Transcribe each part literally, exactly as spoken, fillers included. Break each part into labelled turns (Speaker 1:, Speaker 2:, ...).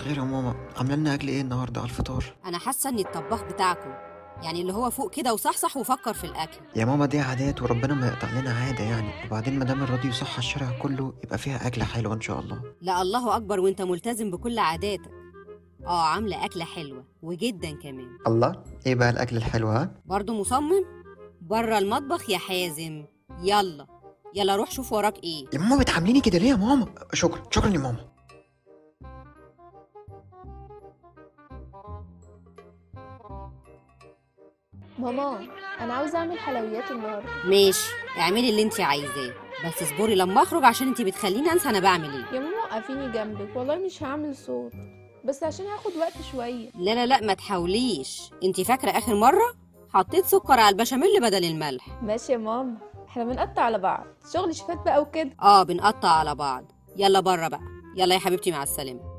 Speaker 1: خير يا ماما، عامله لنا اكل ايه النهارده على الفطار؟
Speaker 2: انا حاسه ان الطباخ بتاعكم يعني اللي هو فوق كده وصحصح وفكر في الاكل.
Speaker 1: يا ماما دي عادات وربنا ما يقطع لنا عاده يعني، وبعدين ما دام الراضي يصح الشارع كله يبقى فيها اكله حلوه ان شاء الله.
Speaker 2: لا الله اكبر، وانت ملتزم بكل عاداتك. اه عامله اكله حلوه وجدا كمان.
Speaker 1: الله، ايه بقى الاكل الحلو ها؟
Speaker 2: برضو مصمم؟ بره المطبخ يا حازم. يلا يلا روح شوف وراك ايه.
Speaker 1: يا ماما بتعامليني كده ليه يا ماما؟ شكرا شكرا يا ماما.
Speaker 3: ماما، انا عاوزه اعمل حلويات النهارده.
Speaker 2: ماشي اعملي اللي انت عايزاه، بس اصبري لما اخرج عشان انت بتخليني انسى انا بعمل ايه.
Speaker 3: يا ماما وقفيني جنبك، والله مش هعمل صوت، بس عشان هاخد وقت شويه.
Speaker 2: لا لا لا ما تحاوليش، انت فاكره اخر مره حطيت سكر على البشاميل بدل الملح.
Speaker 3: ماشي يا ماما، احنا بنقطع على بعض، شغل شفات بقى وكده.
Speaker 2: اه بنقطع على بعض. يلا بره بقى، يلا يا حبيبتي مع السلامه.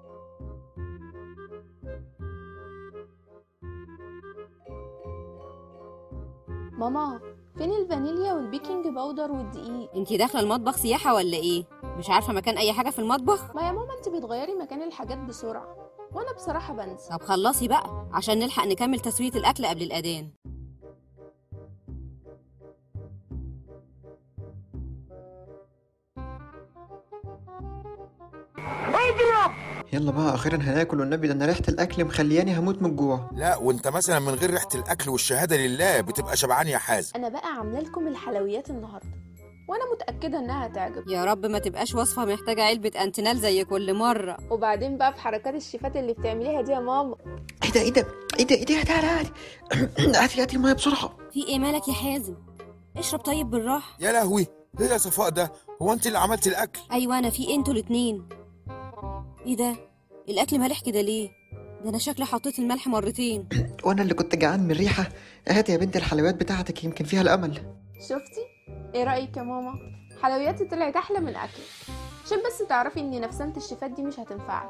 Speaker 3: ماما، فين الفانيليا والبيكنج باودر والدقيق؟
Speaker 2: انتي داخله المطبخ سياحه ولا ايه؟ مش عارفه مكان اي حاجه في المطبخ؟
Speaker 3: ما يا ماما انت بتغيري مكان الحاجات بسرعه، وانا بصراحه بنسى.
Speaker 2: طب خلصي بقى عشان نلحق نكمل تسويه الاكل قبل الاذان.
Speaker 1: يلا بقى اخيرا هناكل، والنبي ده انا ريحه الاكل مخلياني هموت من الجوع.
Speaker 4: لا وانت مثلا من غير ريحه الاكل والشهاده لله بتبقى شبعان يا حازم.
Speaker 3: انا بقى عامله لكم الحلويات النهارده، وانا متاكده انها هتعجب.
Speaker 2: يا رب ما تبقاش وصفه محتاجه علبه انتينال زي كل مره.
Speaker 3: وبعدين بقى في حركات الشيفات اللي بتعمليها دي يا ماما.
Speaker 1: ايه ده ايه ده ايه ده ايه ده تعالى هاتي هاتي هاتي الميه بسرعه.
Speaker 2: في ايه مالك يا حازم؟ اشرب طيب بالراحه.
Speaker 4: يا لهوي، ايه يا صفاء ده؟ هو انت اللي عملتي الاكل؟
Speaker 2: ايوه انا، في إيه انتوا الاتنين؟ ايه ده؟ الاكل مالح كده ليه؟ ده انا شكلي حطيت الملح مرتين.
Speaker 1: وانا اللي كنت جعان من الريحه. هاتي يا بنت الحلويات بتاعتك يمكن فيها الامل.
Speaker 3: شفتي؟ ايه رايك يا ماما؟ حلوياتي طلعت احلى من اكلي، عشان بس تعرفي ان نفسنة الشيفات دي مش هتنفعك.